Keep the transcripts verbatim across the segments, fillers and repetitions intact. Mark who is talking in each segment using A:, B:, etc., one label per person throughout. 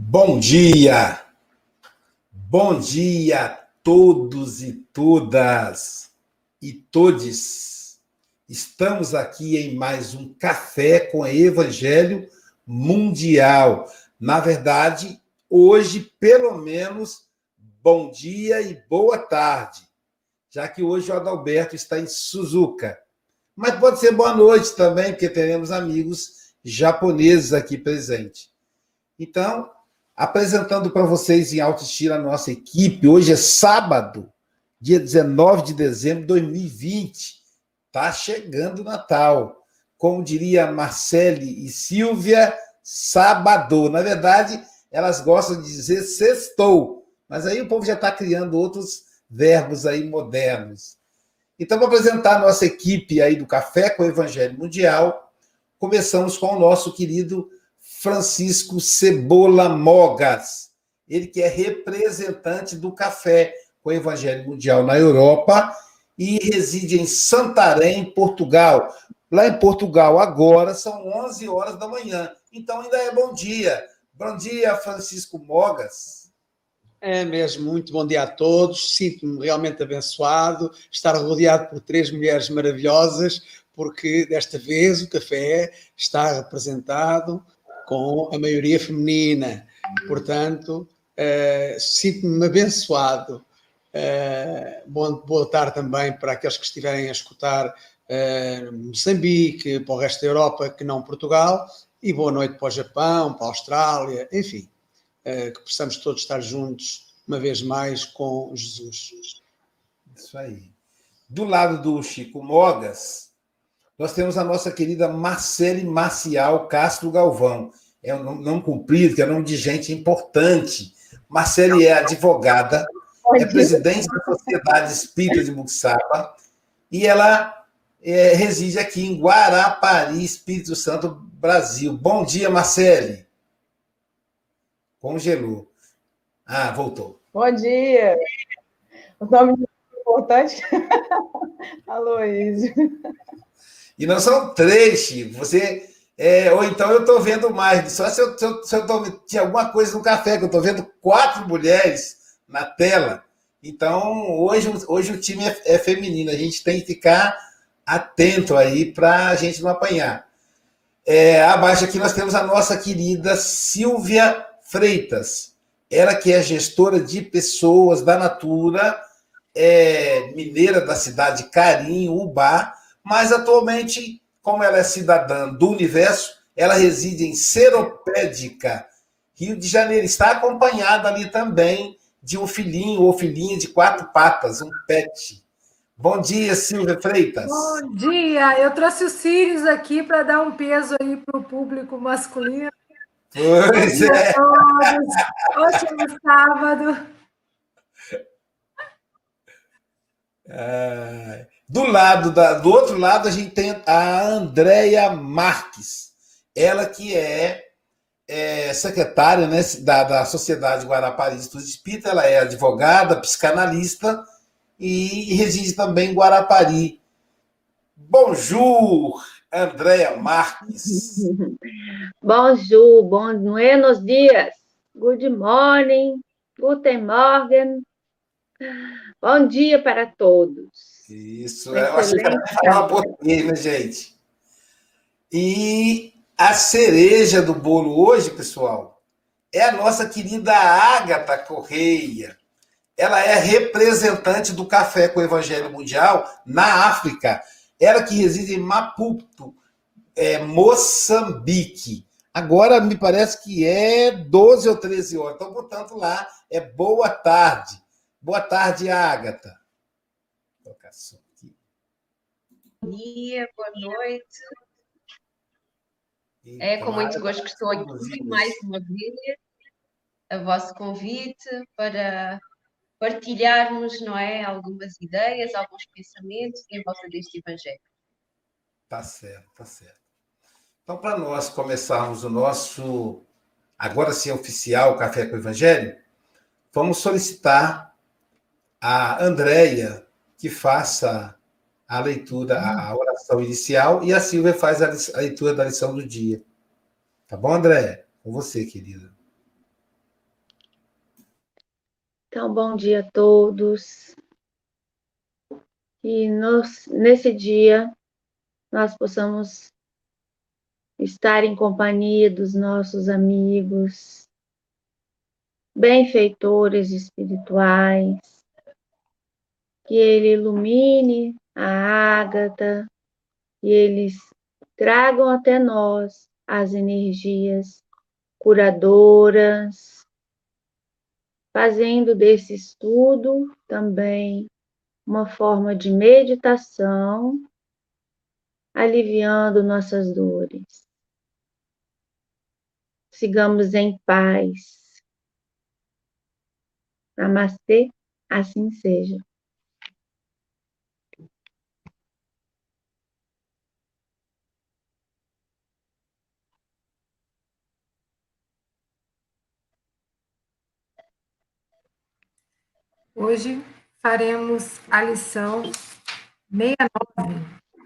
A: Bom dia! Bom dia a todos e todas e todes. Estamos aqui em mais um Café com Evangelho Mundial. Na verdade, hoje, pelo menos, bom dia e boa tarde, já que hoje o Adalberto está em Suzuka. Mas pode ser boa noite também, porque teremos amigos japoneses aqui presentes. Então, apresentando para vocês em alto estilo a nossa equipe, hoje é sábado, dia dezenove de dezembro de dois mil e vinte. Está chegando o Natal. Como diria Marcele e Silvia, sábado. Na verdade, elas gostam de dizer sextou, mas aí o povo já está criando outros verbos aí modernos. Então, para apresentar a nossa equipe aí do Café com o Evangelho Mundial, começamos com o nosso querido Francisco Cebola Mogas, ele que é representante do Café com o Evangelho Mundial na Europa e reside em Santarém, Portugal. Lá em Portugal agora são onze horas da manhã, então ainda é bom dia. Bom dia, Francisco Mogas.
B: É mesmo, muito bom dia a todos, sinto-me realmente abençoado, estar rodeado por três mulheres maravilhosas, porque desta vez o café está representado com a maioria feminina, portanto, uh, sinto-me abençoado. Uh, bom, boa tarde também para aqueles que estiverem a escutar uh, Moçambique, para o resto da Europa, que não Portugal, e boa noite para o Japão, para a Austrália, enfim. Uh, que possamos todos estar juntos, uma vez mais, com Jesus.
A: Isso aí. Do lado do Chico Mogas, nós temos a nossa querida Marcele Marcial Castro Galvão. É um nome comprido, que é um nome de gente importante. Marcele é advogada, é presidente da Sociedade Espírita de Muxaba, e ela é, reside aqui em Guarapari, Espírito Santo, Brasil. Bom dia, Marcele. Congelou. Ah, voltou.
C: Bom dia. O nome importante. Aloísio.
A: E não são três, Chico. Você, é, ou então eu estou vendo mais. Só se eu, se eu, se eu tô, tinha alguma coisa no café, que eu estou vendo quatro mulheres na tela. Então, hoje, hoje o time é, é feminino. A gente tem que ficar atento aí para a gente não apanhar. É, abaixo aqui nós temos a nossa querida Silvia Freitas, ela que é gestora de pessoas da Natura, é mineira da cidade de Carim, Ubá, mas atualmente, como ela é cidadã do universo, ela reside em Seropédica, Rio de Janeiro. Está acompanhada ali também de um filhinho ou filhinha de quatro patas, um pet. Bom dia, Silvia Freitas.
D: Bom dia, eu trouxe os Sirius aqui para dar um peso aí para o público masculino.
A: Pois é.
D: Ótimo sábado.
A: Ah, do lado da, do outro lado a gente tem a Andréia Marques, ela que é, é secretária, né, da, da Sociedade Guarapari Estudos Espírita. Ela é advogada, psicanalista e reside também em Guarapari. Bonjour, Andréia Marques.
E: Bonjour, buenos dias, good morning, guten morgen, bom dia para todos.
A: Isso, eu acho que ela fala português, né, gente? E a cereja do bolo hoje, pessoal, é a nossa querida Ágata Correia. Ela é representante do Café com o Evangelho Mundial na África. Ela que reside em Maputo, é, Moçambique. Agora me parece que é doze ou treze horas. Então, portanto, lá é boa tarde. Boa tarde, Ágata.
F: Bom dia, boa noite. Eita, é com muito gosto que estou aqui mais uma vez a vosso convite para partilharmos, não é, algumas ideias, alguns pensamentos em volta deste Evangelho.
A: Tá certo, tá certo. Então, para nós começarmos o nosso, agora sim, oficial Café com o Evangelho, vamos solicitar a Andréia que faça a leitura, a oração inicial, e a Silvia faz a leitura da lição do dia. Tá bom, Andréia? Com você, querida.
E: Então, bom dia a todos. E nos, nesse dia nós possamos estar em companhia dos nossos amigos, benfeitores espirituais, que Ele ilumine a Ágata, que eles tragam até nós as energias curadoras, fazendo desse estudo também uma forma de meditação, aliviando nossas dores. Sigamos em paz. Namastê, assim seja.
D: Hoje faremos a lição sessenta e nove,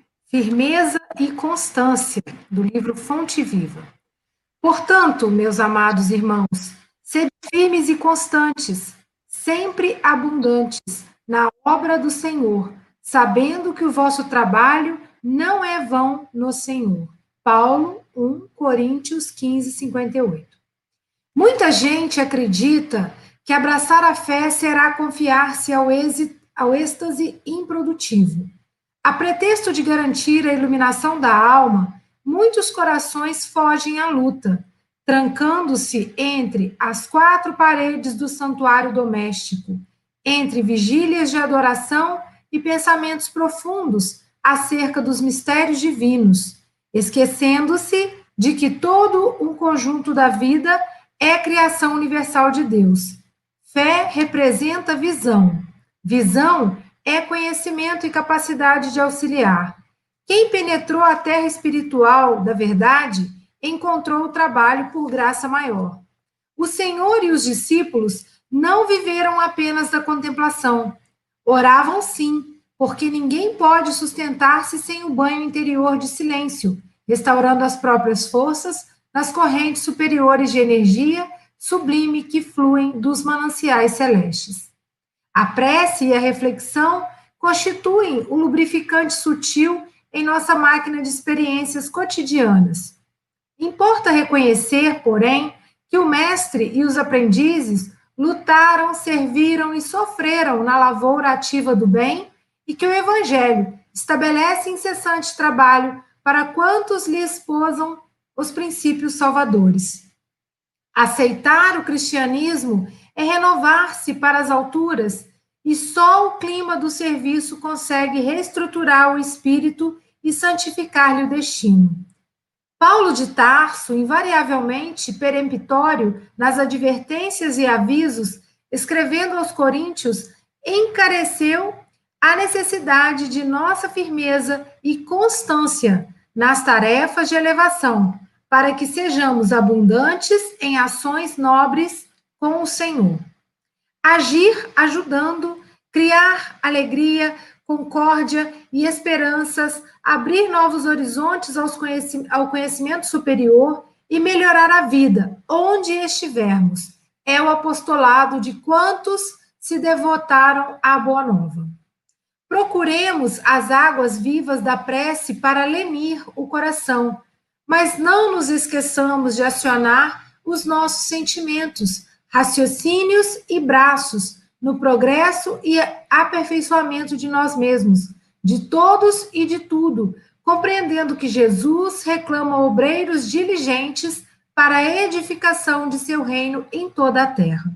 D: Firmeza e Constância, do livro Fonte Viva. Portanto, meus amados irmãos, sede firmes e constantes, sempre abundantes na obra do Senhor, sabendo que o vosso trabalho não é vão no Senhor. Paulo, um Coríntios quinze, cinquenta e oito. Muita gente acredita que abraçar a fé será confiar-se ao, êxito, ao êxtase improdutivo. A pretexto de garantir a iluminação da alma, muitos corações fogem à luta, trancando-se entre as quatro paredes do santuário doméstico, entre vigílias de adoração e pensamentos profundos acerca dos mistérios divinos, esquecendo-se de que todo um conjunto da vida é criação universal de Deus. Fé representa visão. Visão é conhecimento e capacidade de auxiliar. Quem penetrou a terra espiritual da verdade encontrou o trabalho por graça maior. O Senhor e os discípulos não viveram apenas da contemplação. Oravam sim, porque ninguém pode sustentar-se sem o banho interior de silêncio, restaurando as próprias forças nas correntes superiores de energia sublime que fluem dos mananciais celestes. A prece e a reflexão constituem o lubrificante sutil em nossa máquina de experiências cotidianas. Importa reconhecer, porém, que o mestre e os aprendizes lutaram, serviram e sofreram na lavoura ativa do bem e que o Evangelho estabelece incessante trabalho para quantos lhe esposam os princípios salvadores. Aceitar o cristianismo é renovar-se para as alturas e só o clima do serviço consegue reestruturar o espírito e santificar-lhe o destino. Paulo de Tarso, invariavelmente peremptório nas advertências e avisos, escrevendo aos Coríntios, encareceu a necessidade de nossa firmeza e constância nas tarefas de elevação, para que sejamos abundantes em ações nobres com o Senhor. Agir ajudando, criar alegria, concórdia e esperanças, abrir novos horizontes aos conheci- ao conhecimento superior e melhorar a vida, onde estivermos. É o apostolado de quantos se devotaram à Boa Nova. Procuremos as águas vivas da prece para lenir o coração, mas não nos esqueçamos de acionar os nossos sentimentos, raciocínios e braços no progresso e aperfeiçoamento de nós mesmos, de todos e de tudo, compreendendo que Jesus reclama obreiros diligentes para a edificação de seu reino em toda a terra.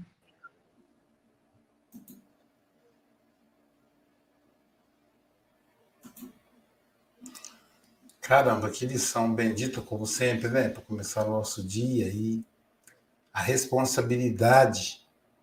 A: Caramba, que lição bendita, como sempre, né? Para começar o nosso dia e a responsabilidade.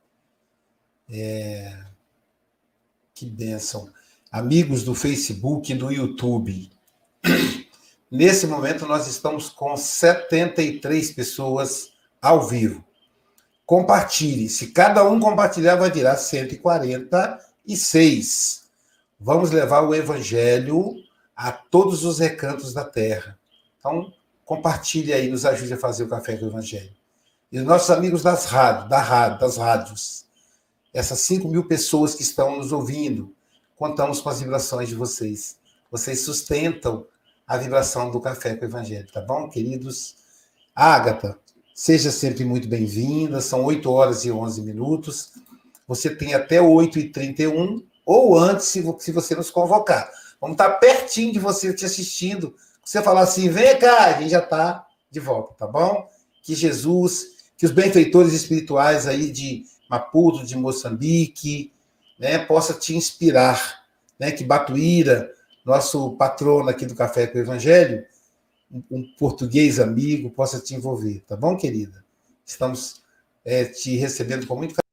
A: É... Que bênção. Amigos do Facebook e do YouTube, nesse momento nós estamos com setenta e três pessoas ao vivo. Compartilhe. Se cada um compartilhar, vai virar cento e quarenta e seis. Vamos levar o Evangelho a todos os recantos da terra. Então, compartilhe aí, nos ajude a fazer o Café com o Evangelho. E os nossos amigos das rádios, da rádio, das rádios, essas cinco mil pessoas que estão nos ouvindo, contamos com as vibrações de vocês. Vocês sustentam a vibração do Café com o Evangelho, tá bom, queridos? Ágata, seja sempre muito bem-vinda, são oito horas e onze minutos. Você tem até oito e trinta e um, ou antes, se você nos convocar. Vamos estar pertinho de você te assistindo. Você falar assim, vem cá, a gente já está de volta, tá bom? Que Jesus, que os benfeitores espirituais aí de Maputo, de Moçambique, né, possa te inspirar, né, que Batuíra, nosso patrono aqui do Café com o Evangelho, um, um português amigo, possa te envolver, tá bom, querida? Estamos é, te recebendo com muito carinho.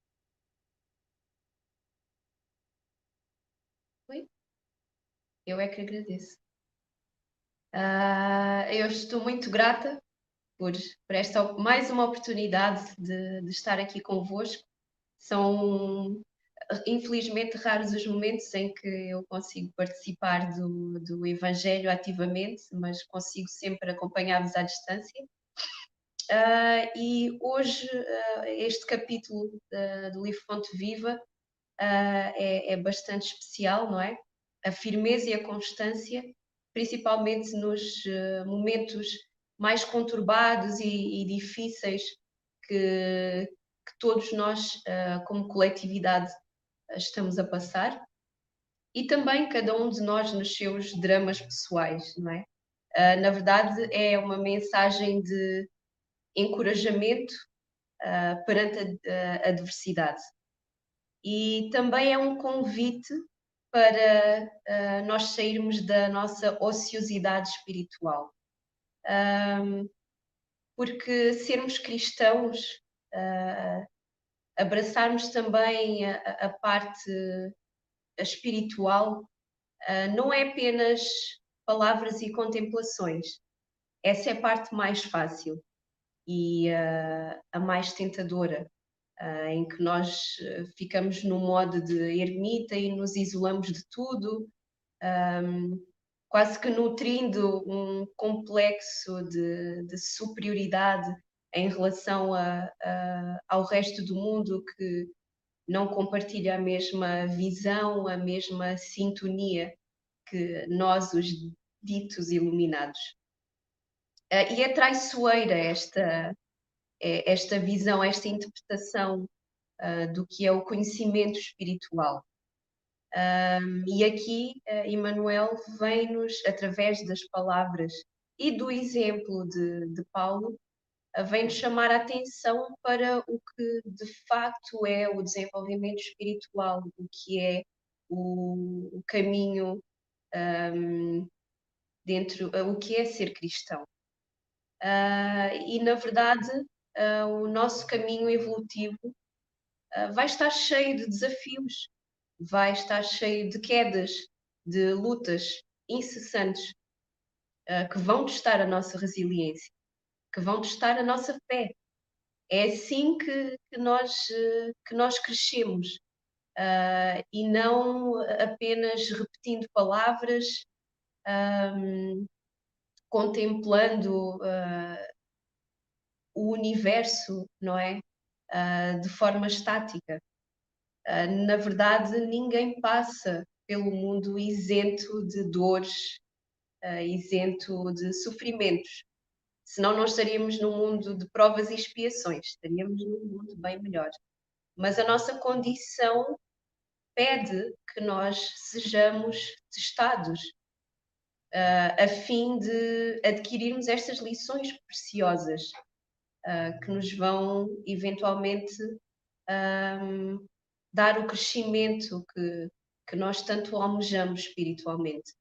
F: Eu é que agradeço. Uh, eu estou muito grata por, por esta mais uma oportunidade de, de estar aqui convosco. São, infelizmente, raros os momentos em que eu consigo participar do, do Evangelho ativamente, mas consigo sempre acompanhar-vos à distância. Uh, e hoje, uh, este capítulo uh, do livro Fonte Viva uh, é, é bastante especial, não é? A firmeza e a constância, principalmente nos uh, momentos mais conturbados e, e difíceis que, que todos nós, uh, como coletividade, estamos a passar, e também cada um de nós nos seus dramas pessoais, não é? Uh, na verdade, é uma mensagem de encorajamento uh, perante a, a adversidade. E também é um convite para uh, nós sairmos da nossa ociosidade espiritual. Um, porque sermos cristãos, uh, abraçarmos também a, a parte espiritual, uh, não é apenas palavras e contemplações. Essa é a parte mais fácil e uh, a mais tentadora, uh, em que nós ficamos no modo de ermita e nos isolamos de tudo, um, quase que nutrindo um complexo de, de superioridade em relação a, a, ao resto do mundo que não compartilha a mesma visão, a mesma sintonia que nós, os ditos iluminados. Uh, e é traiçoeira esta, esta visão, esta interpretação uh, do que é o conhecimento espiritual. Um, e aqui uh, Emmanuel vem-nos, através das palavras e do exemplo de, de Paulo, uh, vem-nos chamar a atenção para o que de facto é o desenvolvimento espiritual, o que é o, o caminho um, dentro, uh, o que é ser cristão. Uh, e na verdade uh, o nosso caminho evolutivo uh, vai estar cheio de desafios, vai estar cheio de quedas, de lutas incessantes uh, que vão testar a nossa resiliência, que vão testar a nossa fé. É assim que, que, nós, uh, que nós crescemos uh, e não apenas repetindo palavras, um, contemplando uh, o universo, não é? Uh, de forma estática. Uh, na verdade, ninguém passa pelo mundo isento de dores, uh, isento de sofrimentos. Senão nós estaríamos num mundo de provas e expiações, estaríamos num mundo bem melhor. Mas a nossa condição pede que nós sejamos testados, uh, a fim de adquirirmos estas lições preciosas, uh, que nos vão eventualmente um, dar o crescimento que, que nós tanto almejamos espiritualmente.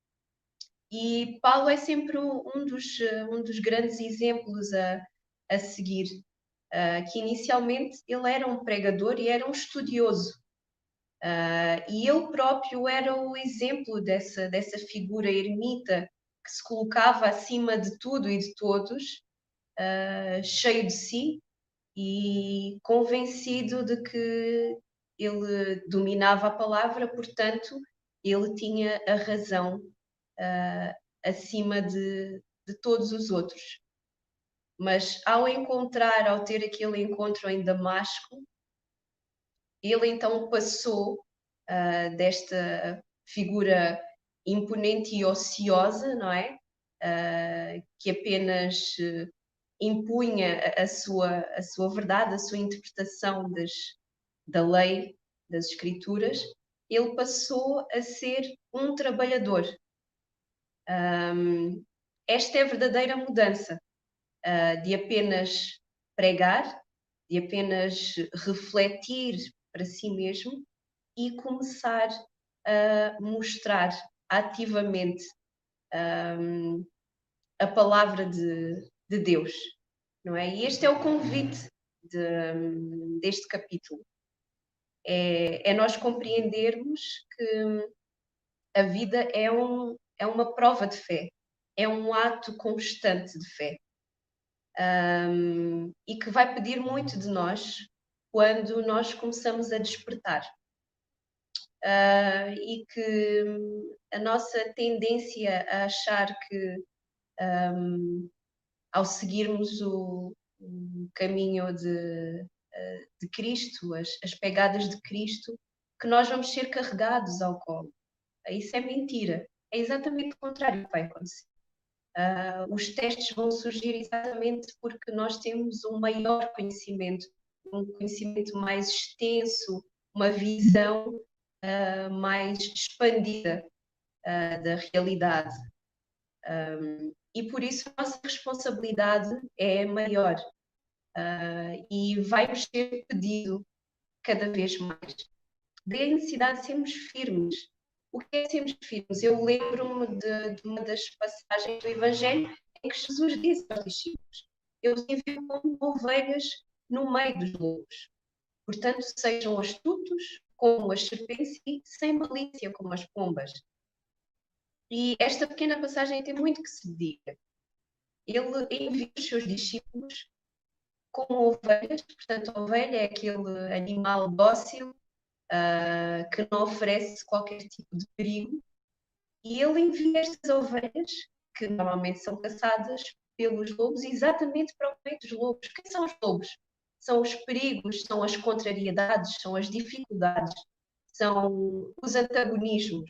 F: E Paulo é sempre um dos, um dos grandes exemplos a, a seguir, uh, que inicialmente ele era um pregador e era um estudioso. Uh, e ele próprio era o exemplo dessa, dessa figura ermita que se colocava acima de tudo e de todos, uh, cheio de si e convencido de que ele dominava a palavra, portanto, ele tinha a razão uh, acima de, de todos os outros. Mas ao encontrar, ao ter aquele encontro em Damasco, Ele então passou uh, desta figura imponente e ociosa, não é? Uh, que apenas uh, impunha a, a, sua, a sua verdade, a sua interpretação das, da lei, das escrituras. Ele passou a ser um trabalhador. Um, esta é a verdadeira mudança, uh, de apenas pregar, de apenas refletir para si mesmo e começar a mostrar ativamente um, a palavra de, de Deus, não é? E este é o convite de, deste capítulo. É, é nós compreendermos que a vida é, um, é uma prova de fé, é um ato constante de fé. Um, e que vai pedir muito de nós quando nós começamos a despertar. Uh, e que a nossa tendência a achar que um, ao seguirmos o, o caminho de, de Cristo, as, as pegadas de Cristo, que nós vamos ser carregados ao colo. Isso é mentira. É exatamente o contrário que vai acontecer. Uh, os testes vão surgir exatamente porque nós temos um maior conhecimento, um conhecimento mais extenso, uma visão uh, mais expandida uh, da realidade. Um, e por isso a nossa responsabilidade é maior uh, e vai-nos ser pedido cada vez mais. Daí a necessidade de sermos firmes. O que é sermos firmes? Eu lembro-me de, de uma das passagens do Evangelho em que Jesus disse aos discípulos: eu os envio como ovelhas no meio dos lobos. Portanto, sejam astutos como as serpentes e sem malícia como as pombas. E esta pequena passagem tem muito que se diga. Ele envia os seus discípulos como ovelhas, portanto, a ovelha é aquele animal dócil, Uh, que não oferece qualquer tipo de perigo, e ele envia estas ovelhas, que normalmente são caçadas pelos lobos, exatamente para o meio dos lobos. Quem são os lobos? São os perigos, são as contrariedades, são as dificuldades, são os antagonismos.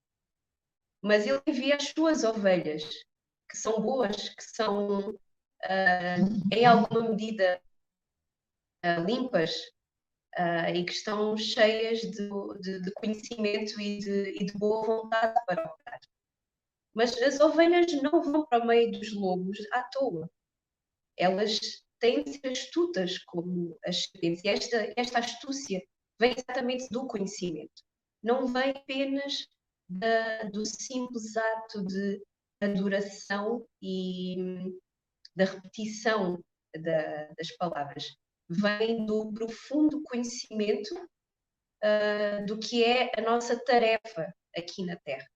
F: Mas ele envia as suas ovelhas, que são boas, que são, uh, em alguma medida, uh, limpas, Uh, e que estão cheias de, de, de conhecimento e de, e de boa vontade para operar. Mas as ovelhas não vão para o meio dos lobos à toa. Elas têm de ser astutas como as serpentes. E esta, esta astúcia vem exatamente do conhecimento. Não vem apenas da, do simples ato de adoração e da repetição da, das palavras. Vem do profundo conhecimento uh, do que é a nossa tarefa aqui na Terra.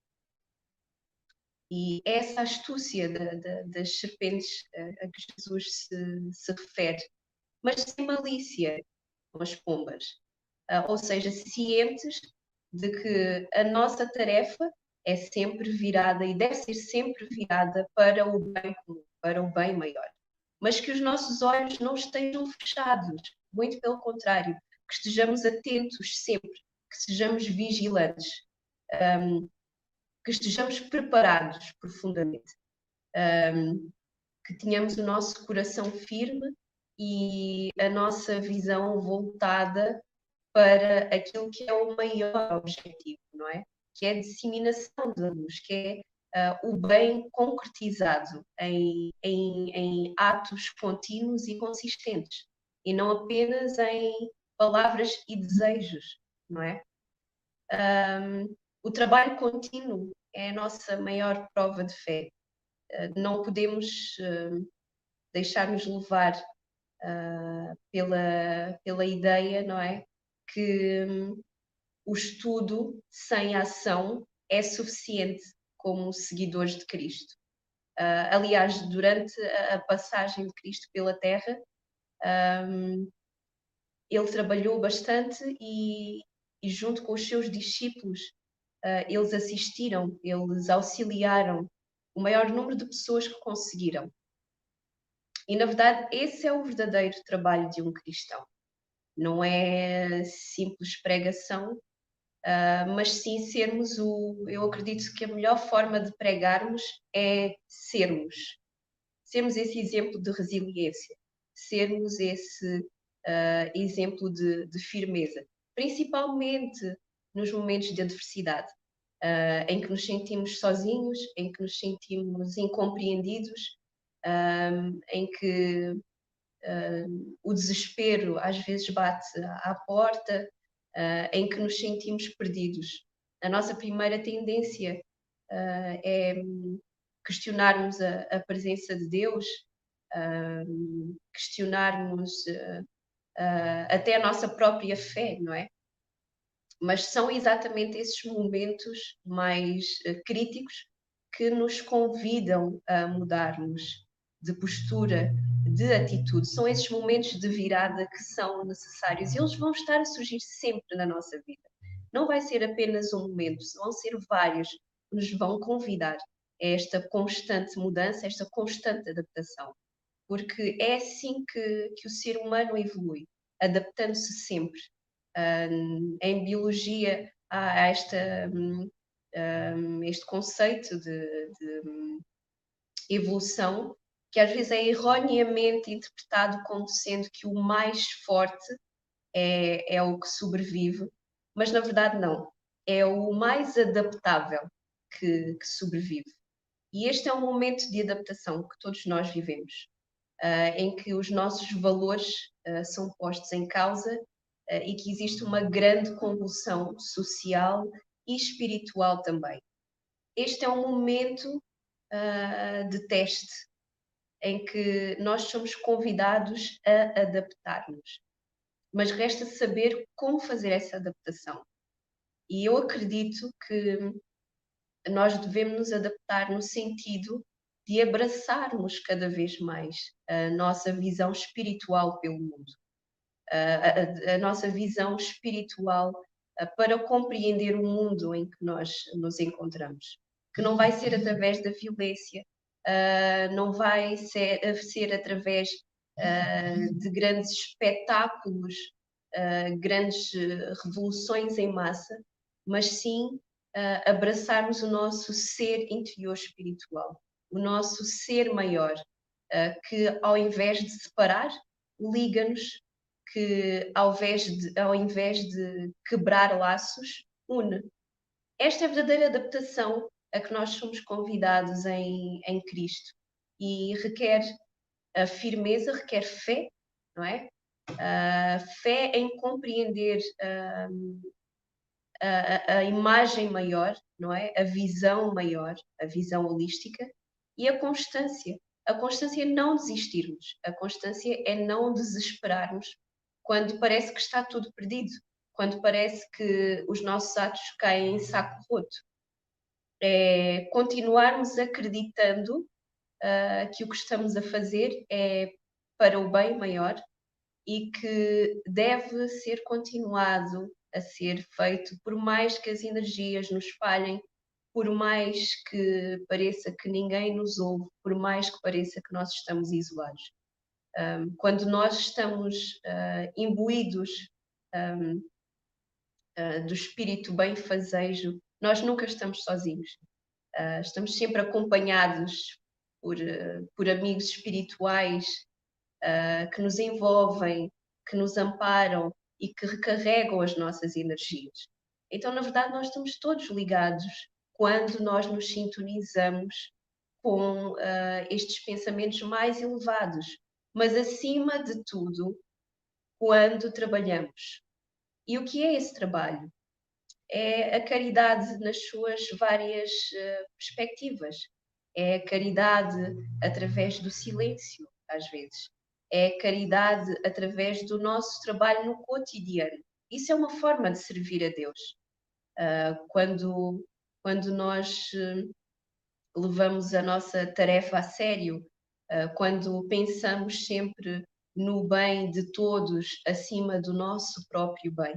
F: E essa astúcia de, de, das serpentes uh, a que Jesus se, se refere, mas sem malícia com as pombas. Uh, ou seja, cientes de que a nossa tarefa é sempre virada e deve ser sempre virada para o bem comum, para o bem maior. Mas que os nossos olhos não estejam fechados, muito pelo contrário, que estejamos atentos sempre, que sejamos vigilantes, um, que estejamos preparados profundamente, um, que tenhamos o nosso coração firme e a nossa visão voltada para aquilo que é o maior objetivo, não é? Que é a disseminação da luz, que é Uh, o bem concretizado em, em, em atos contínuos e consistentes, e não apenas em palavras e desejos, não é? Um, o trabalho contínuo é a nossa maior prova de fé. Uh, não podemos uh, deixar-nos levar uh, pela, pela ideia, não é? Que um, o estudo sem ação é suficiente como seguidores de Cristo. Uh, aliás, durante a, a passagem de Cristo pela Terra, um, ele trabalhou bastante e, e junto com os seus discípulos, uh, eles assistiram, eles auxiliaram o maior número de pessoas que conseguiram. E, na verdade, esse é o verdadeiro trabalho de um cristão. não é simples pregação, uh, mas sim sermos o... Eu acredito que a melhor forma de pregarmos é sermos. Sermos esse exemplo de resiliência, sermos esse uh, exemplo de, de firmeza, principalmente nos momentos de adversidade, uh, em que nos sentimos sozinhos, em que nos sentimos incompreendidos, um, em que uh, o desespero às vezes bate à porta, uh, em que nos sentimos perdidos. A nossa primeira tendência uh, é questionarmos a, a presença de Deus, uh, questionarmos uh, uh, até a nossa própria fé, não é? Mas são exatamente esses momentos mais uh, críticos que nos convidam a mudarmos de postura, de atitude. São esses momentos de virada que são necessários e eles vão estar a surgir sempre na nossa vida. Não vai ser apenas um momento, vão ser vários que nos vão convidar a esta constante mudança, esta constante adaptação. Porque é assim que, que o ser humano evolui, adaptando-se sempre. Um, em biologia há esta, um, este conceito de, de evolução que às vezes é erroneamente interpretado como sendo que o mais forte é, é o que sobrevive, mas na verdade não. É o mais adaptável que, que sobrevive. E este é um momento de adaptação que todos nós vivemos, uh, em que os nossos valores uh, são postos em causa uh, e que existe uma grande convulsão social e espiritual também. Este é um momento uh, de teste em que nós somos convidados a adaptar-nos. Mas resta saber como fazer essa adaptação. E eu acredito que nós devemos nos adaptar no sentido de abraçarmos cada vez mais a nossa visão espiritual pelo mundo, a, a, a nossa visão espiritual para compreender o mundo em que nós nos encontramos, que não vai ser através da violência, não vai ser, ser através de grandes espetáculos, grandes revoluções em massa, mas sim Uh, abraçarmos o nosso ser interior espiritual, o nosso ser maior, uh, que ao invés de separar, liga-nos, que ao invés, de, ao invés de quebrar laços, une. Esta é a verdadeira adaptação a que nós somos convidados em, em Cristo e requer a firmeza, requer fé, não é? Uh, fé em compreender uh, A, a imagem maior, não é? A visão maior, a visão holística e a constância. A constância é não desistirmos, a constância é não desesperarmos quando parece que está tudo perdido, quando parece que os nossos atos caem em saco roto. É continuarmos acreditando uh, que o que estamos a fazer é para o bem maior e que deve ser continuado a ser feito, por mais que as energias nos falhem, por mais que pareça que ninguém nos ouve, por mais que pareça que nós estamos isolados. Um, quando nós estamos uh, imbuídos um, uh, do espírito benfazejo, nós nunca estamos sozinhos. Uh, estamos sempre acompanhados por, uh, por amigos espirituais uh, que nos envolvem, que nos amparam e que recarregam as nossas energias. Então, na verdade, nós estamos todos ligados quando nós nos sintonizamos com uh, estes pensamentos mais elevados, mas acima de tudo, quando trabalhamos. E o que é esse trabalho? É a caridade nas suas várias uh, perspectivas. É a caridade através do silêncio, às vezes. É caridade através do nosso trabalho no cotidiano. Isso é uma forma de servir a Deus. Uh, quando, quando nós uh, levamos a nossa tarefa a sério, uh, quando pensamos sempre no bem de todos acima do nosso próprio bem.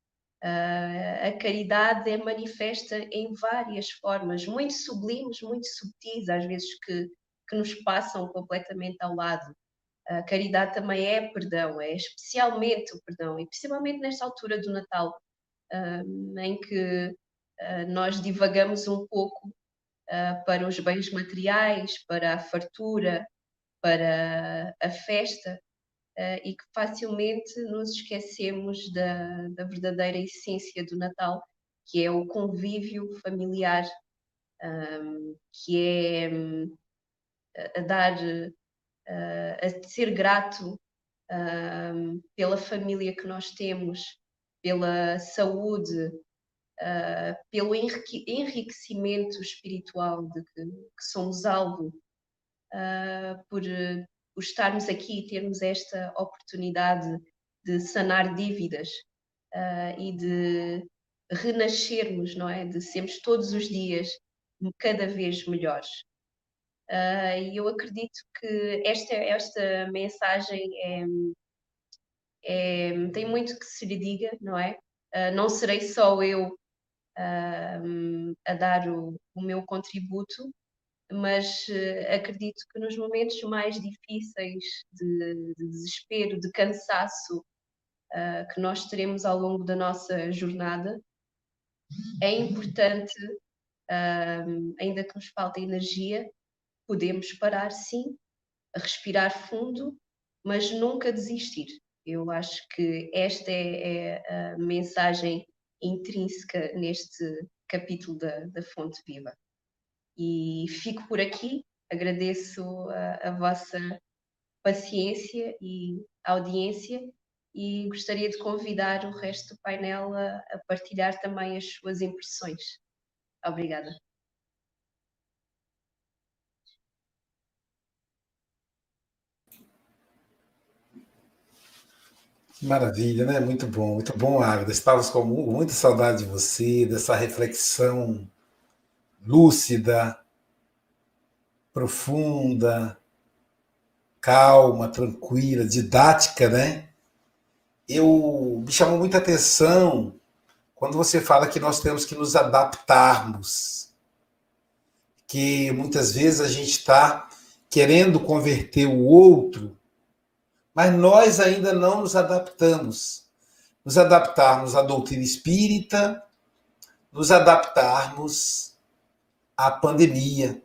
F: Uh, a caridade é manifesta em várias formas, muito sublimes, muito subtis, às vezes que, que nos passam completamente ao lado. A caridade também é perdão, é especialmente o perdão, e principalmente nesta altura do Natal, uh, em que uh, nós divagamos um pouco uh, para os bens materiais, para a fartura, para a festa, uh, e que facilmente nos esquecemos da, da verdadeira essência do Natal, que é o convívio familiar, um, que é um, a dar... Uh, a ser grato uh, pela família que nós temos, pela saúde, uh, pelo enriquecimento espiritual de que, que somos alvo, uh, por, por estarmos aqui e termos esta oportunidade de sanar dívidas uh, e de renascermos, não é? De sermos todos os dias cada vez melhores. Uh, e eu acredito que esta, esta mensagem é, é, tem muito que se lhe diga, não é? Uh, não serei só eu uh, a dar o, o meu contributo, mas uh, acredito que nos momentos mais difíceis de, de desespero, de cansaço uh, que nós teremos ao longo da nossa jornada, é importante, uh, ainda que nos falte energia, podemos parar, sim, respirar fundo, mas nunca desistir. Eu acho que esta é, é a mensagem intrínseca neste capítulo da, da Fonte Viva. E fico por aqui, agradeço a, a vossa paciência e audiência e gostaria de convidar o resto do painel a, a partilhar também as suas impressões. Obrigada.
A: Maravilha, né? Muito bom, muito bom, Águeda. Estávamos com muita saudade de você, dessa reflexão lúcida, profunda, calma, tranquila, didática, né? Eu me chamou muita atenção quando você fala que nós temos que nos adaptarmos, que muitas vezes a gente está querendo converter o outro, mas nós ainda não nos adaptamos. Nos adaptarmos à doutrina espírita, nos adaptarmos à pandemia.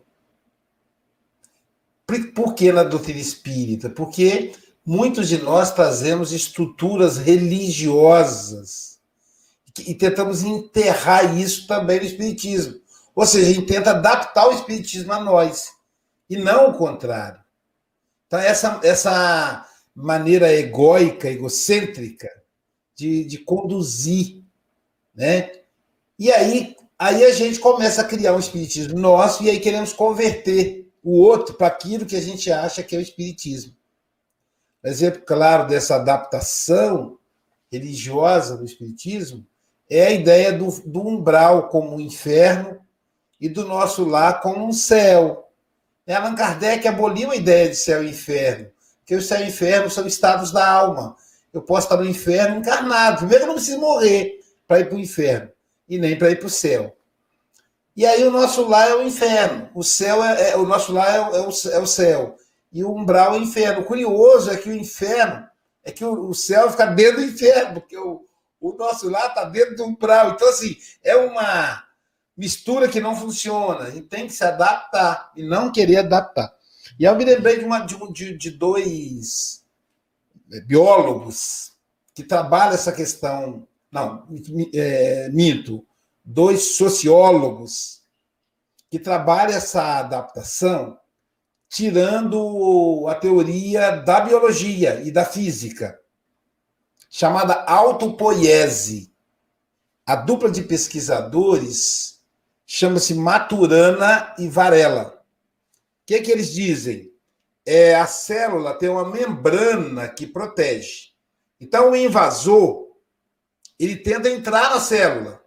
A: Por que na doutrina espírita? Porque muitos de nós trazemos estruturas religiosas e tentamos enterrar isso também no espiritismo. Ou seja, a gente tenta adaptar o espiritismo a nós, e não o contrário. Então, essa... essa maneira egóica, egocêntrica de, de conduzir, né? E aí, aí a gente começa a criar um espiritismo nosso e aí queremos converter o outro para aquilo que a gente acha que é o espiritismo. Um exemplo claro dessa adaptação religiosa do espiritismo é a ideia do, do umbral como um inferno e do nosso lar como um céu. Allan Kardec aboliu a ideia de céu e inferno, porque o céu e o inferno são estados da alma. Eu posso estar no inferno encarnado. Primeiro, eu não preciso morrer para ir para o inferno, e nem para ir para o céu. E aí o nosso lar é o inferno. O céu é, é o nosso lar é o, é, o, é o céu. E o umbral é o inferno. O curioso é que o inferno, é que o, o céu fica dentro do inferno, porque o, o nosso lar está dentro do umbral. Então, assim, é uma mistura que não funciona. A gente tem que se adaptar e não querer adaptar. E eu me lembrei de, uma, de, de dois biólogos que trabalham essa questão. Não, é, minto. Dois sociólogos que trabalham essa adaptação tirando a teoria da biologia e da física, chamada autopoiese. A dupla de pesquisadores chama-se Maturana e Varela. O que, que eles dizem? É, a célula tem uma membrana que protege. Então, o invasor, ele tenta entrar na célula,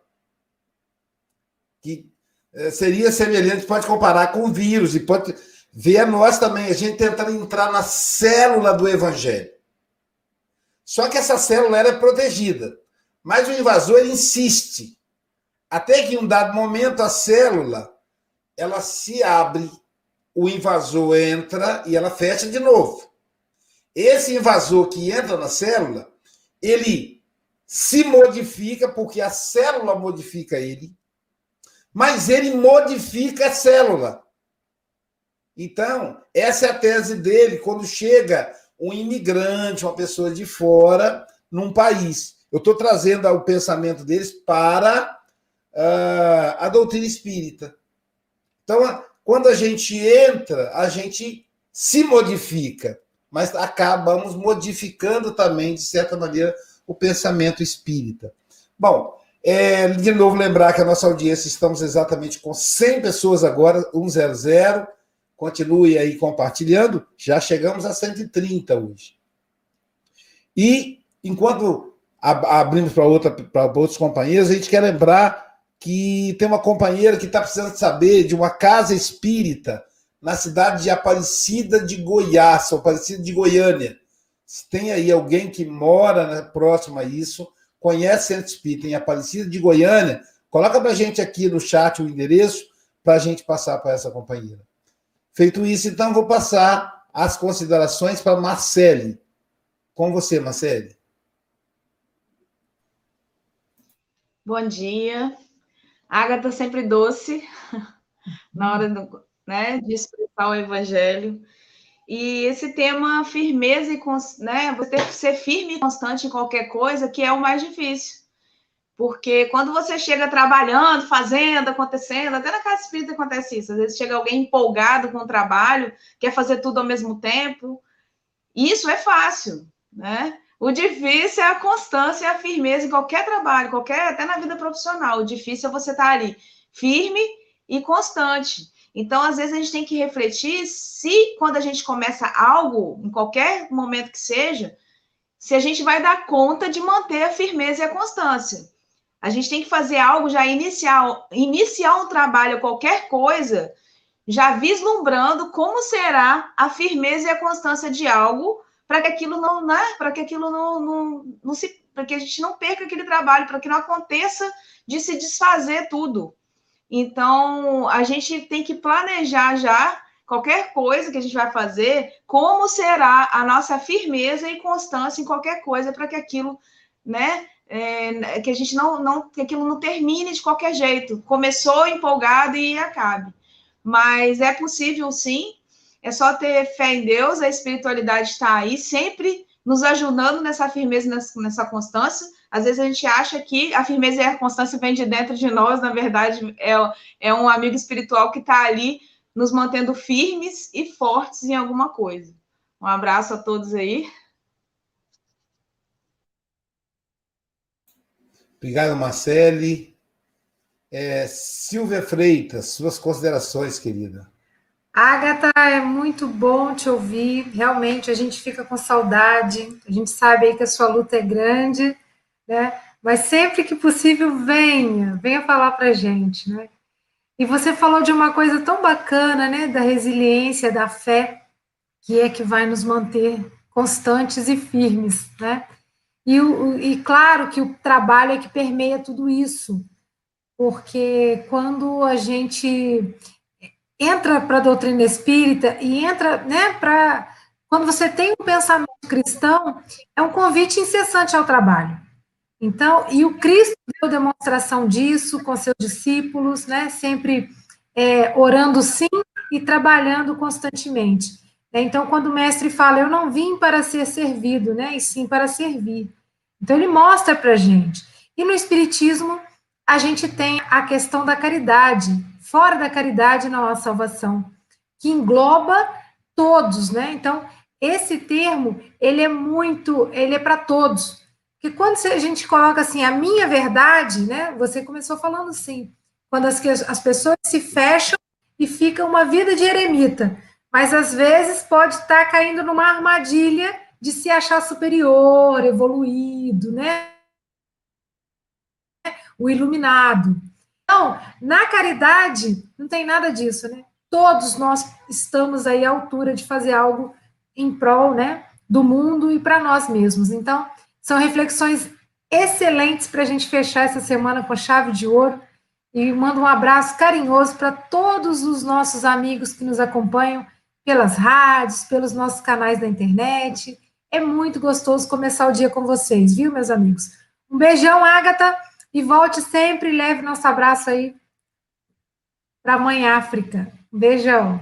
A: que seria semelhante, pode comparar com o vírus, e pode ver a nós também, a gente tentando entrar na célula do evangelho. Só que essa célula era protegida, mas o invasor ele insiste, até que em um dado momento a célula ela se abre, o invasor entra e ela fecha de novo. esse invasor que entra na célula, ele se modifica porque a célula modifica ele, mas ele modifica a célula. Então, essa é a tese dele quando chega um imigrante, uma pessoa de fora, num país. Eu estou trazendo o pensamento deles para uh, a doutrina espírita. Então, quando a gente entra, a gente se modifica, mas acabamos modificando também, de certa maneira, o pensamento espírita. Bom, é, de novo lembrar que a nossa audiência, estamos exatamente com cem pessoas agora, cem. Continue aí compartilhando, já chegamos a cento e trinta hoje. E, enquanto abrimos para outra, para outros companheiros, a gente quer lembrar que tem uma companheira que está precisando saber de uma casa espírita na cidade de Aparecida de Goiás, ou Aparecida de Goiânia. Se tem aí alguém que mora, né, próximo a isso, conhece Centro Espírita em Aparecida de Goiânia, coloca para a gente aqui no chat o endereço para a gente passar para essa companheira. Feito isso, então, vou passar as considerações para Marcele. Com você, Marcele.
G: Bom dia. Ágata sempre doce, na hora do, né, de expressar o Evangelho. E esse tema, firmeza e, né, você ter que ser firme e constante em qualquer coisa, que é o mais difícil. Porque quando você chega trabalhando, fazendo, acontecendo, até na casa espírita acontece isso. Às vezes chega alguém empolgado com o trabalho, quer fazer tudo ao mesmo tempo. Isso é fácil, né? O difícil é a constância e a firmeza em qualquer trabalho, qualquer, até na vida profissional. O difícil é você estar ali, firme e constante. Então, às vezes, a gente tem que refletir se, quando a gente começa algo, em qualquer momento que seja, se a gente vai dar conta de manter a firmeza e a constância. A gente tem que fazer algo, já iniciar, iniciar um trabalho, qualquer coisa, já vislumbrando como será a firmeza e a constância de algo, para que aquilo não, né, para que aquilo não, não, não se, para que a gente não perca aquele trabalho, para que não aconteça de se desfazer tudo. Então, a gente tem que planejar já qualquer coisa que a gente vai fazer, como será a nossa firmeza e constância em qualquer coisa, para que aquilo, né, é, que a gente não, não, que aquilo não termine de qualquer jeito. Começou empolgado e acabe. Mas é possível, sim. É só ter fé em Deus, a espiritualidade está aí, sempre nos ajudando nessa firmeza, nessa, nessa constância. Às vezes a gente acha que a firmeza e a constância vêm de dentro de nós, na verdade, é, é um amigo espiritual que está ali nos mantendo firmes e fortes em alguma coisa. Um abraço a todos aí.
A: Obrigado, Marcele. É, Silvia Freitas, suas considerações, querida.
D: Ágata, é muito bom te ouvir. Realmente, a gente fica com saudade. A gente sabe aí que a sua luta é grande, né? Mas sempre que possível, venha, venha falar para a gente, né? E você falou de uma coisa tão bacana, né? Da resiliência, da fé, que é que vai nos manter constantes e firmes, né? E, o, e claro que o trabalho é que permeia tudo isso, porque quando a gente entra para a doutrina espírita e entra, né, para... Quando você tem um pensamento cristão, é um convite incessante ao trabalho. Então, e o Cristo deu demonstração disso com seus discípulos, né, sempre é, orando sim e trabalhando constantemente. Então, quando o mestre fala, eu não vim para ser servido, né, e sim para servir. Então, ele mostra para a gente. E no Espiritismo, a gente tem a questão da caridade, fora da caridade não há salvação, que engloba todos, né? Então, esse termo, ele é muito, ele é para todos. Porque quando a gente coloca assim, a minha verdade, né? Você começou falando assim, quando as, as pessoas se fecham e fica uma vida de eremita, mas às vezes pode estar caindo numa armadilha de se achar superior, evoluído, né? O iluminado. Então, na caridade, não tem nada disso, né? Todos nós estamos aí à altura de fazer algo em prol, né, do mundo e para nós mesmos. Então, são reflexões excelentes para a gente fechar essa semana com chave de ouro. E mando um abraço carinhoso para todos os nossos amigos que nos acompanham pelas rádios, pelos nossos canais da internet. É muito gostoso começar o dia com vocês, viu, meus amigos? Um beijão, Ágata, e volte sempre, leve nosso abraço aí para a Mãe África. Um beijão.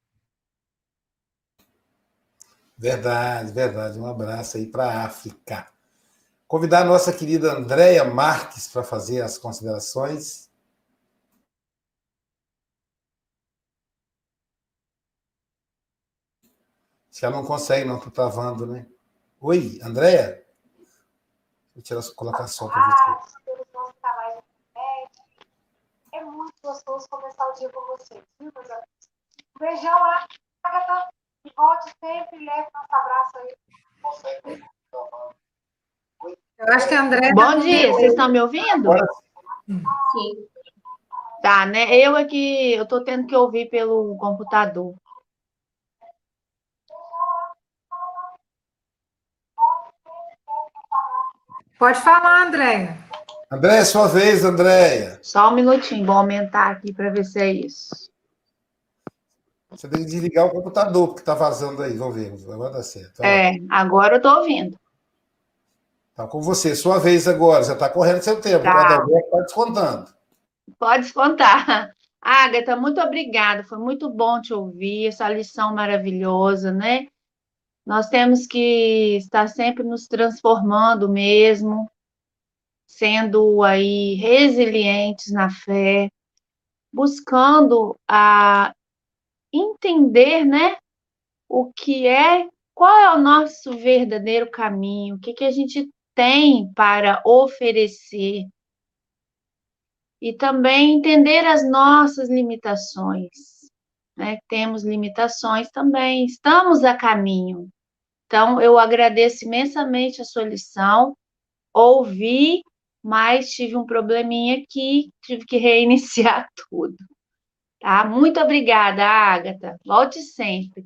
A: Verdade, verdade. Um abraço aí para a África. Convidar a nossa querida Andréia Marques para fazer as considerações. Acho que ela não consegue, não, estou travando, né? Oi, Andréia? Vou tirar, colocar só para você.
D: É muito gostoso começar o dia com vocês, viu, meus amigos? Um beijão, Ágata, e volte sempre, leve nosso abraço aí. Eu acho que a Andréia...
E: Bom dia, vocês estão me ouvindo?
F: Sim.
E: Tá, né? Eu aqui, eu tô tendo que ouvir pelo computador.
D: Pode falar, Andréia.
A: Andréia, sua vez, Andréia.
E: Só um minutinho, vou aumentar aqui para ver se é isso.
A: Você tem que desligar o computador, porque está vazando aí. Vamos ver, agora dá certo.
E: É, agora eu tô ouvindo.
A: Tá com você, sua vez agora. Já está correndo seu tempo.
E: Tá.
A: O Adalberto está descontando.
E: Pode descontar. Ágata, muito obrigada. Foi muito bom te ouvir, essa lição maravilhosa, né? Nós temos que estar sempre nos transformando mesmo, sendo aí resilientes na fé, buscando a entender, né, o que é, qual é o nosso verdadeiro caminho, o que que a gente tem para oferecer. E também entender as nossas limitações, né? Temos limitações também, estamos a caminho. Então, eu agradeço imensamente a sua lição, ouvi, mas tive um probleminha aqui, tive que reiniciar tudo. Tá? Muito obrigada, Ágata. Volte sempre.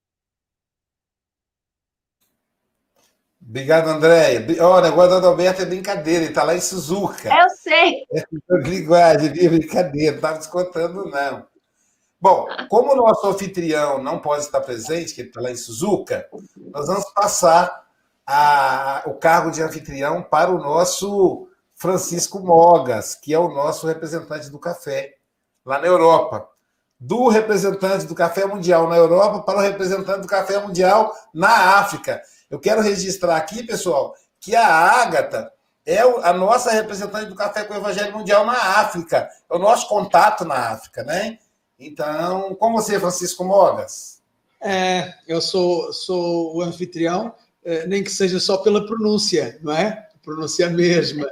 A: Obrigado, Andréia. Olha, o negócio do Adalberto é brincadeira, ele está lá em Suzuka.
E: Eu sei.
A: É linguagem, viu? Brincadeira, não estava descontando, não. Bom, como o nosso anfitrião não pode estar presente, que ele está lá em Suzuka, nós vamos passar a, o cargo de anfitrião para o nosso Francisco Mogas, que é o nosso representante do café lá na Europa. Do representante do café mundial na Europa para o representante do café mundial na África. Eu quero registrar aqui, pessoal, que a Ágata é a nossa representante do Café com o Evangelho Mundial na África. É o nosso contato na África, né? Então, com você, Francisco Mogas.
B: É, eu sou, sou o anfitrião, nem que seja só pela pronúncia, não é? Pronúncia mesma.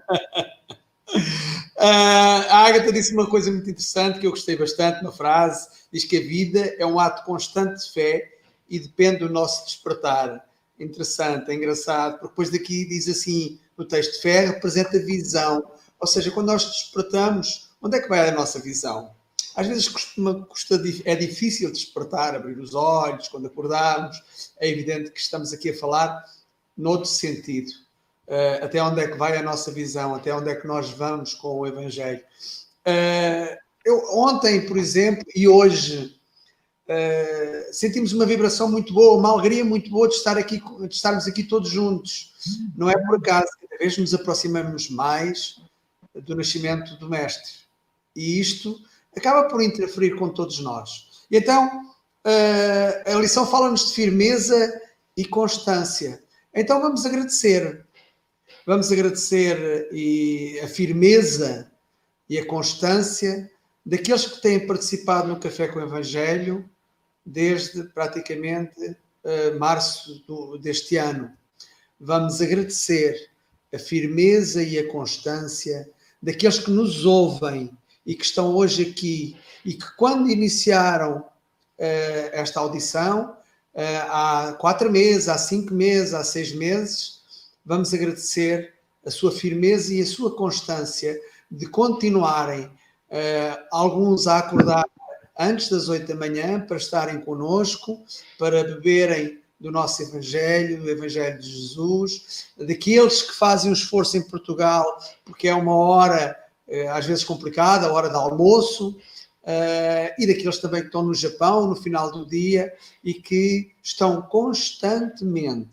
B: A Ágata disse uma coisa muito interessante que eu gostei bastante, uma frase, diz que a vida é um ato constante de fé e depende do nosso despertar. Interessante, é engraçado, porque depois daqui diz assim, no texto de fé representa visão, ou seja, quando nós despertamos, onde é que vai a nossa visão? Às vezes costuma, custa, é difícil despertar, abrir os olhos quando acordamos, é evidente que estamos aqui a falar noutro sentido. Uh, até onde é que vai a nossa visão, até onde é que nós vamos com o Evangelho. Uh, eu, ontem, por exemplo, e hoje, uh, sentimos uma vibração muito boa, uma alegria muito boa de, estar aqui, de estarmos aqui todos juntos. Não é por acaso, cada vez nos aproximamos mais do nascimento do Mestre. E isto acaba por interferir com todos nós. E então, uh, a lição fala-nos de firmeza e constância. Então vamos agradecer. Vamos agradecer e a firmeza e a constância daqueles que têm participado no Café com o Evangelho desde praticamente uh, março do, deste ano. Vamos agradecer a firmeza e a constância daqueles que nos ouvem e que estão hoje aqui e que quando iniciaram uh, esta audição, uh, há quatro meses, há cinco meses, há seis meses, vamos agradecer a sua firmeza e a sua constância de continuarem, uh, alguns a acordar antes das oito da manhã para estarem connosco, para beberem do nosso Evangelho, do Evangelho de Jesus, daqueles que fazem um esforço em Portugal, porque é uma hora, uh, às vezes complicada, a hora de almoço, uh, e daqueles também que estão no Japão, no final do dia, e que estão constantemente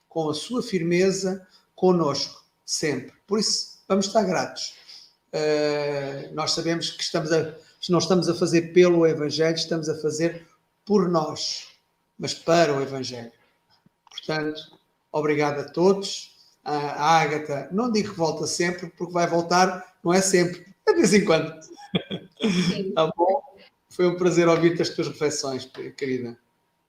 B: com a sua firmeza conosco, sempre. Por isso, vamos estar gratos. Uh, nós sabemos que estamos a, não estamos a fazer pelo Evangelho, estamos a fazer por nós, mas para o Evangelho. Portanto, obrigado a todos. A Ágata, não digo que volta sempre, porque vai voltar, não é sempre, é de vez em quando. Tá bom? Foi um prazer ouvir as tuas reflexões, querida.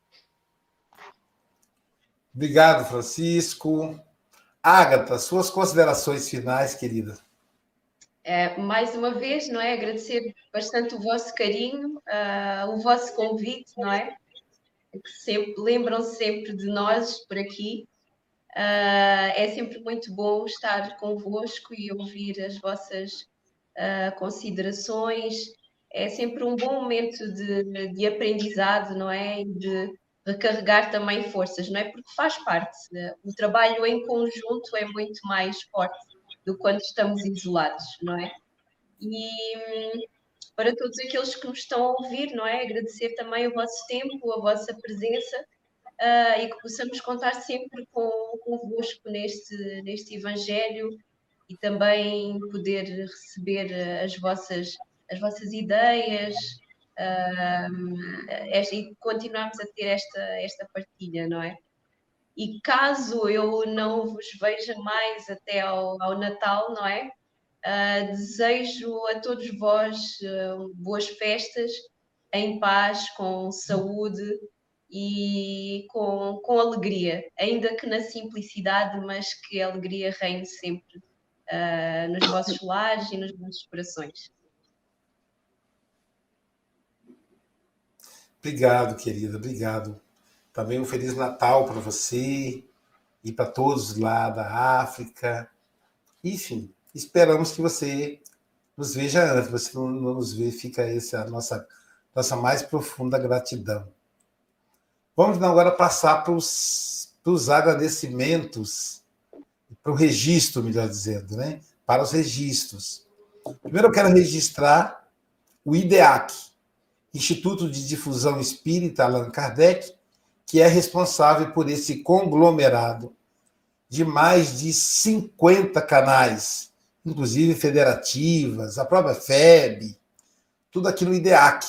A: Obrigado, Francisco. Ágata, suas considerações finais, querida.
F: É, mais uma vez, não é? Agradecer bastante o vosso carinho, uh, o vosso convite, não é? Que sempre, lembram sempre de nós por aqui. Uh, é sempre muito bom estar convosco e ouvir as vossas uh, considerações. É sempre um bom momento de, de aprendizado, não é? E de recarregar também forças, não é? Porque faz parte. O trabalho em conjunto é muito mais forte do que quando estamos isolados, não é? E para todos aqueles que nos estão a ouvir, não é? Agradecer também o vosso tempo, a vossa presença, uh, e que possamos contar sempre com, convosco neste, neste Evangelho e também poder receber as vossas, as vossas ideias, uh, esta, e continuarmos a ter esta, esta partilha, não é? E caso eu não vos veja mais até ao, ao Natal, não é? Uh, desejo a todos vós uh, boas festas, em paz, com saúde e com, com alegria, ainda que na simplicidade, mas que a alegria reine sempre uh, nos vossos lares e nos vossos corações.
A: Obrigado, querida, obrigado. Também um Feliz Natal para você e para todos lá da África. Enfim, esperamos que você nos veja antes. Você não, não nos vê, fica essa a nossa, nossa mais profunda gratidão. Vamos agora passar para os, para os agradecimentos, para o registro, melhor dizendo, né? Para os registros. Primeiro eu quero registrar o IDEAC, Instituto de Difusão Espírita Allan Kardec, que é responsável por esse conglomerado de mais de cinquenta canais, inclusive federativas, a própria F E B, tudo aqui no IDEAC.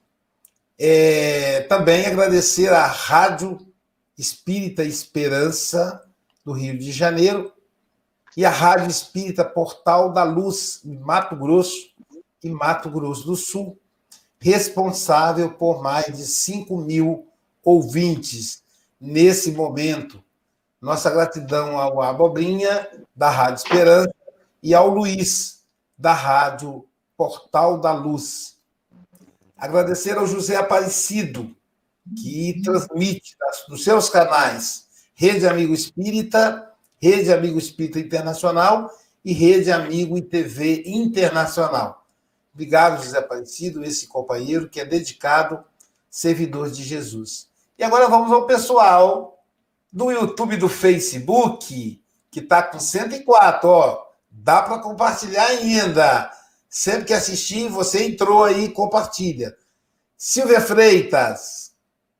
A: É, também agradecer à Rádio Espírita Esperança, do Rio de Janeiro, e a Rádio Espírita Portal da Luz, em Mato Grosso e Mato Grosso do Sul, responsável por mais de cinco mil ouvintes nesse momento. Nossa gratidão ao Abobrinha, da Rádio Esperança, e ao Luiz, da Rádio Portal da Luz. Agradecer ao José Aparecido, que transmite nos seus canais Rede Amigo Espírita, Rede Amigo Espírita Internacional e Rede Amigo e T V Internacional. Obrigado, José Aparecido, esse companheiro que é dedicado, servidor de Jesus. E agora vamos ao pessoal do YouTube, do Facebook, que está com cento e quatro, ó. Dá para compartilhar ainda. Sempre que assistir, você entrou aí, compartilha. Silvia Freitas.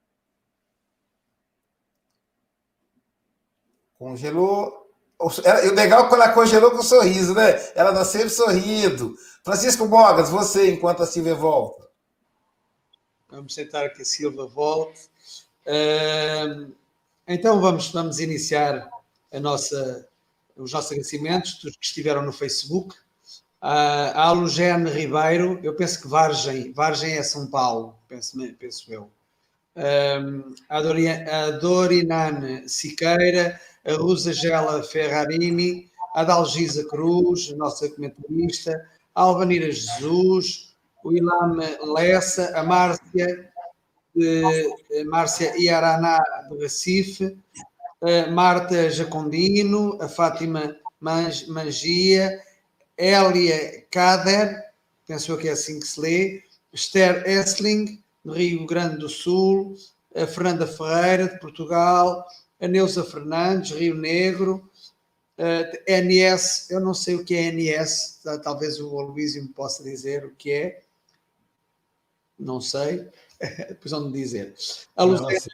A: Congelou. O legal é que ela congelou com um sorriso, né? Ela está sempre sorrindo. Francisco Mogas, você, enquanto a Silvia volta.
B: Vamos tentar que a Silvia volte. Uh, então vamos, vamos iniciar a nossa, os nossos agradecimentos, dos que estiveram no Facebook. Uh, a Alugene Ribeiro, eu penso que Vargem, Vargem é São Paulo, penso, penso eu. Uh, a, Dorian, a Dorinane Siqueira, a Rosagela Ferrarini, a Dalgisa Cruz, a nossa comentarista, a Alvanira Jesus, o Ilame Lessa, a Márcia, de, a Márcia Iaraná do Recife, a Marta Jacondino, a Fátima Mangia, Hélia Kader, penso que é assim que se lê, Esther Essling, do Rio Grande do Sul, a Fernanda Ferreira, de Portugal, a Neuza Fernandes, Rio Negro, a N S, eu não sei o que é N S, talvez o Aloísio me possa dizer o que é, não sei, depois vão-me dizer. A Lucélia,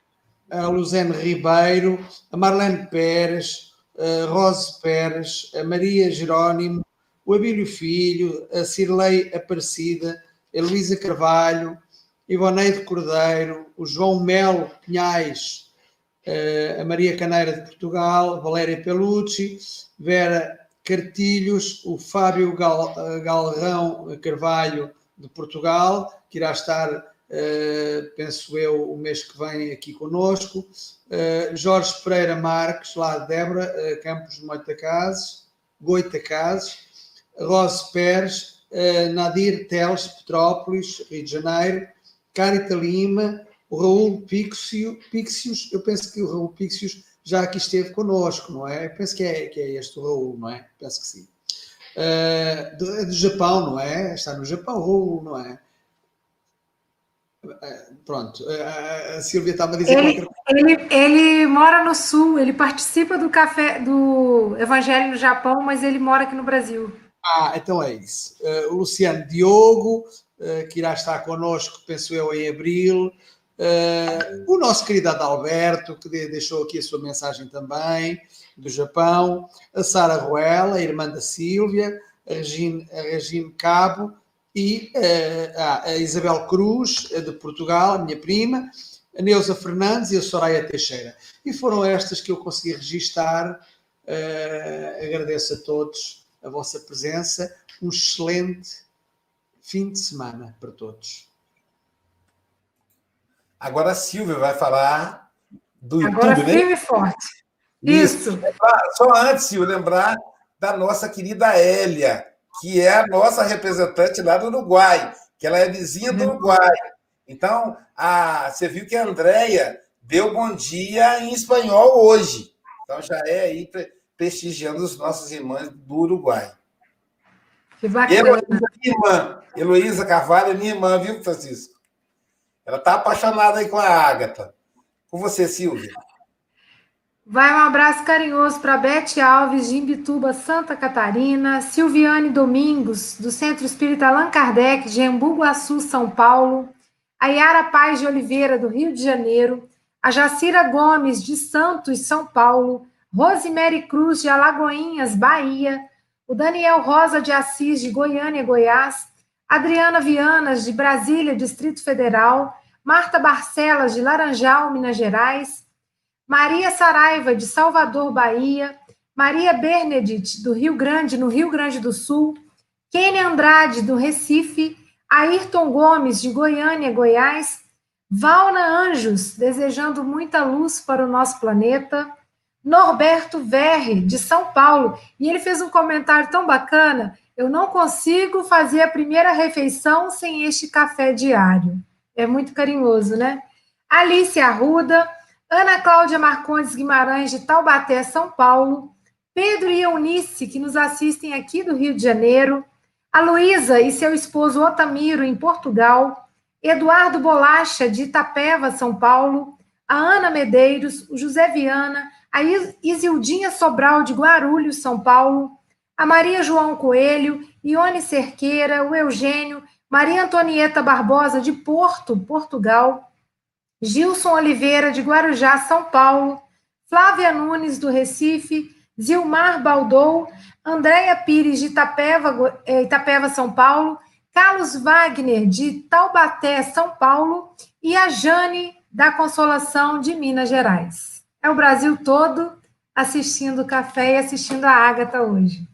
B: a Luzene Ribeiro, a Marlene Pérez, a Rose Pérez, a Maria Jerónimo, o Abílio Filho, a Cirlei Aparecida, a Luísa Carvalho, Ivoneide Cordeiro, o João Melo Pinhais, a Maria Caneira de Portugal, Valéria Pelucci, Vera Cartilhos, o Fábio Gal, Galrão Carvalho de Portugal, que irá estar, uh, penso eu, o mês que vem aqui conosco, uh, Jorge Pereira Marques, lá de Débora, uh, Campos de Moitacazes, Goitacazes, Rose Pérez, uh, Nadir Teles, Petrópolis, Rio de Janeiro, Carita Lima, o Raul Pixio, Pixios, eu penso que o Raul Pixios já aqui esteve connosco, não é? Eu penso que é, que é este o Raul, não é? Penso que sim. Uh, do, do Japão, não é? Está no Japão, Raul, não é? Uh, pronto, uh, a Silvia estava a dizer...
D: Ele,
B: qualquer...
D: ele, ele mora no Sul, ele participa do café do Evangelho no Japão, mas ele mora aqui no Brasil.
B: Ah, então é isso. Uh, o Luciano Diogo, uh, que irá estar connosco, penso eu, em abril. Uh, o nosso querido Adalberto, que deixou aqui a sua mensagem também, do Japão, a Sara Ruela, a irmã da Sílvia, a Regine, a Regine Cabo e uh, a Isabel Cruz, de Portugal, a minha prima, a Neuza Fernandes e a Soraya Teixeira. E foram estas que eu consegui registar. Uh, agradeço a todos a vossa presença. Um excelente fim de semana para todos.
A: Agora a Silvia vai falar do YouTube,
D: Agora,
A: né?
D: firme e forte. Isso. Isso.
A: Só antes, Silvia, lembrar da nossa querida Hélia, que é a nossa representante lá do Uruguai, que ela é vizinha do Uruguai. Então, a, você viu que a Andréia deu bom dia em espanhol hoje. Então, já é aí prestigiando os nossos irmãos do Uruguai.
D: Que bacana.
A: Heloísa, minha irmã. Heloísa Carvalho é minha irmã, viu, Francisco? Ela está apaixonada aí com a Ágata. Com você, Silvia.
D: Vai um abraço carinhoso para Bete Alves, de Imbituba, Santa Catarina, Silviane Domingos, do Centro Espírita Allan Kardec, de Embu Guaçu, São Paulo, a Yara Paz de Oliveira, do Rio de Janeiro, a Jacira Gomes, de Santos, São Paulo, Rosemary Cruz, de Alagoinhas, Bahia, o Daniel Rosa de Assis, de Goiânia, Goiás, Adriana Vianas, de Brasília, Distrito Federal, Marta Barcelas, de Laranjal, Minas Gerais, Maria Saraiva, de Salvador, Bahia, Maria Bernadette, do Rio Grande, no Rio Grande do Sul, Kênia Andrade, do Recife, Ayrton Gomes, de Goiânia, Goiás, Valna Anjos, desejando muita luz para o nosso planeta, Norberto Verri, de São Paulo, e ele fez um comentário tão bacana: eu não consigo fazer a primeira refeição sem este café diário. É muito carinhoso, né? Alice Arruda, Ana Cláudia Marcondes Guimarães, de Taubaté, São Paulo, Pedro e Eunice, que nos assistem aqui do Rio de Janeiro, a Luísa e seu esposo Otamiro, em Portugal, Eduardo Bolacha, de Itapeva, São Paulo, a Ana Medeiros, o José Viana, a Isildinha Sobral, de Guarulhos, São Paulo, a Maria João Coelho, Ione Cerqueira, o Eugênio, Maria Antonieta Barbosa, de Porto, Portugal, Gilson Oliveira, de Guarujá, São Paulo, Flávia Nunes, do Recife, Zilmar Baldou, Andréia Pires, de Itapeva, Itapeva, São Paulo, Carlos Wagner, de Taubaté, São Paulo, e a Jane, da Consolação, de Minas Gerais. É o Brasil todo assistindo o café e assistindo a Ágata hoje.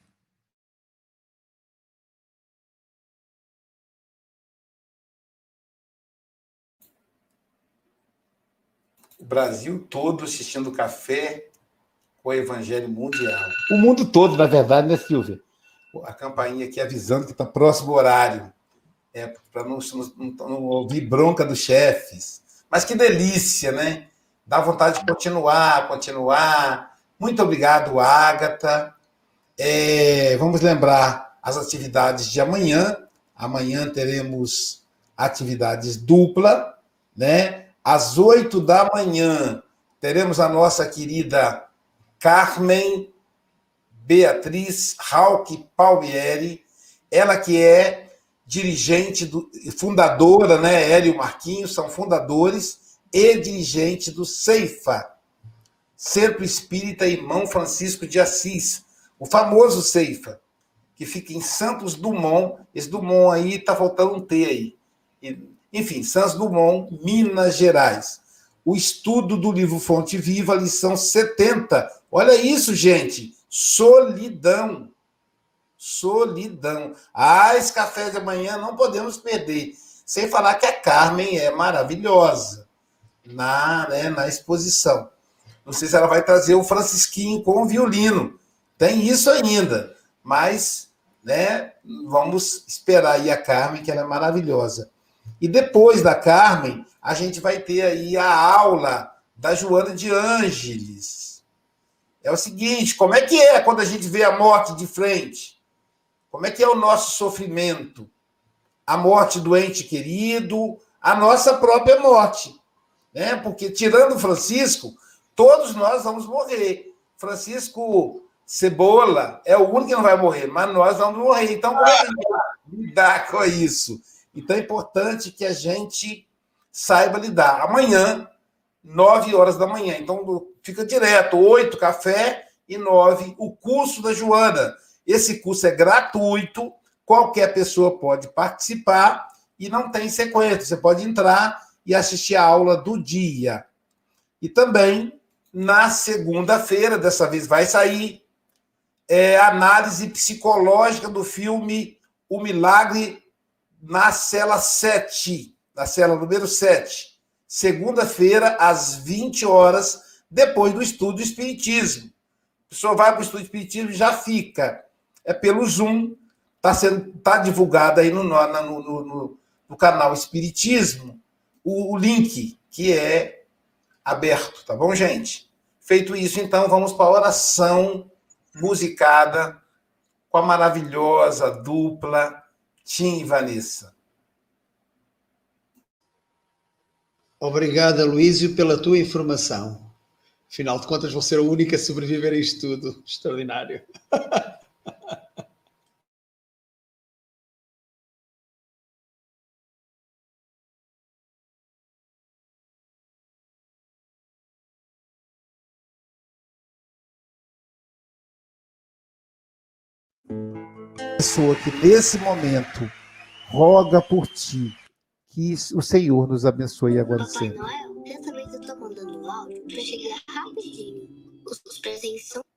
A: O Brasil todo assistindo café com o Evangelho Mundial. O mundo todo, na verdade, né, Silvia? A campainha aqui avisando que está próximo o horário, é, para não, não, não ouvir bronca dos chefes. Mas que delícia, né? Dá vontade de continuar, continuar. Muito obrigado, Ágata. É, vamos lembrar as atividades de amanhã. Amanhã teremos atividades dupla, né? Às oito da manhã, teremos a nossa querida Carmen Beatriz Rauque Palmieri, ela que é dirigente, do, fundadora, né? Ela e o Marquinhos são fundadores e dirigente do Ceifa, Centro Espírita Irmão Francisco de Assis, o famoso Ceifa, que fica em Santos Dumont. Esse Dumont aí está faltando um T aí. Enfim, Santos Dumont, Minas Gerais. O estudo do livro Fonte Viva, lição setenta. Olha isso, gente. Solidão. Solidão. Ah, esse café de amanhã não podemos perder. Sem falar que a Carmen é maravilhosa na, né, na exposição. Não sei se ela vai trazer o Francisquinho com o violino. Tem isso ainda. Mas, né, vamos esperar aí a Carmen, que ela é maravilhosa. E depois da Carmen, a gente vai ter aí a aula da Joana de Ângeles. É o seguinte, como é que é quando a gente vê a morte de frente? Como é que é o nosso sofrimento? A morte do ente querido, a nossa própria morte. Né? Porque, tirando o Francisco, todos nós vamos morrer. Francisco Cebola é o único que não vai morrer, mas nós vamos morrer. Então, como é que a gente vai lidar com isso? Então, é importante que a gente saiba lidar. Amanhã, nove horas da manhã. Então, fica direto, oito café e nove o curso da Joana. Esse curso é gratuito, qualquer pessoa pode participar e não tem sequência. Você pode entrar e assistir a aula do dia. E também, na segunda-feira, dessa vez vai sair, é, análise psicológica do filme O Milagre na cela sete, na cela número sete. Segunda-feira, às vinte horas, depois do estudo do Espiritismo. A pessoa vai para o estudo do Espiritismo e já fica. É pelo Zoom, está sendo tá divulgado aí no, no, no, no canal Espiritismo, o, o link, que é aberto, tá bom, gente? Feito isso, então, vamos para a oração musicada com a maravilhosa dupla Tim e Vanessa.
B: Obrigado, Aloísio, pela tua informação. Afinal de contas, vou ser a única a sobreviver a isto tudo. Extraordinário.
A: Pessoa que nesse momento roga por ti, que o Senhor nos abençoe agora
H: Papai Noel, dessa vez eu tô mandando um áudio pra chegar rapidinho. Os presentes são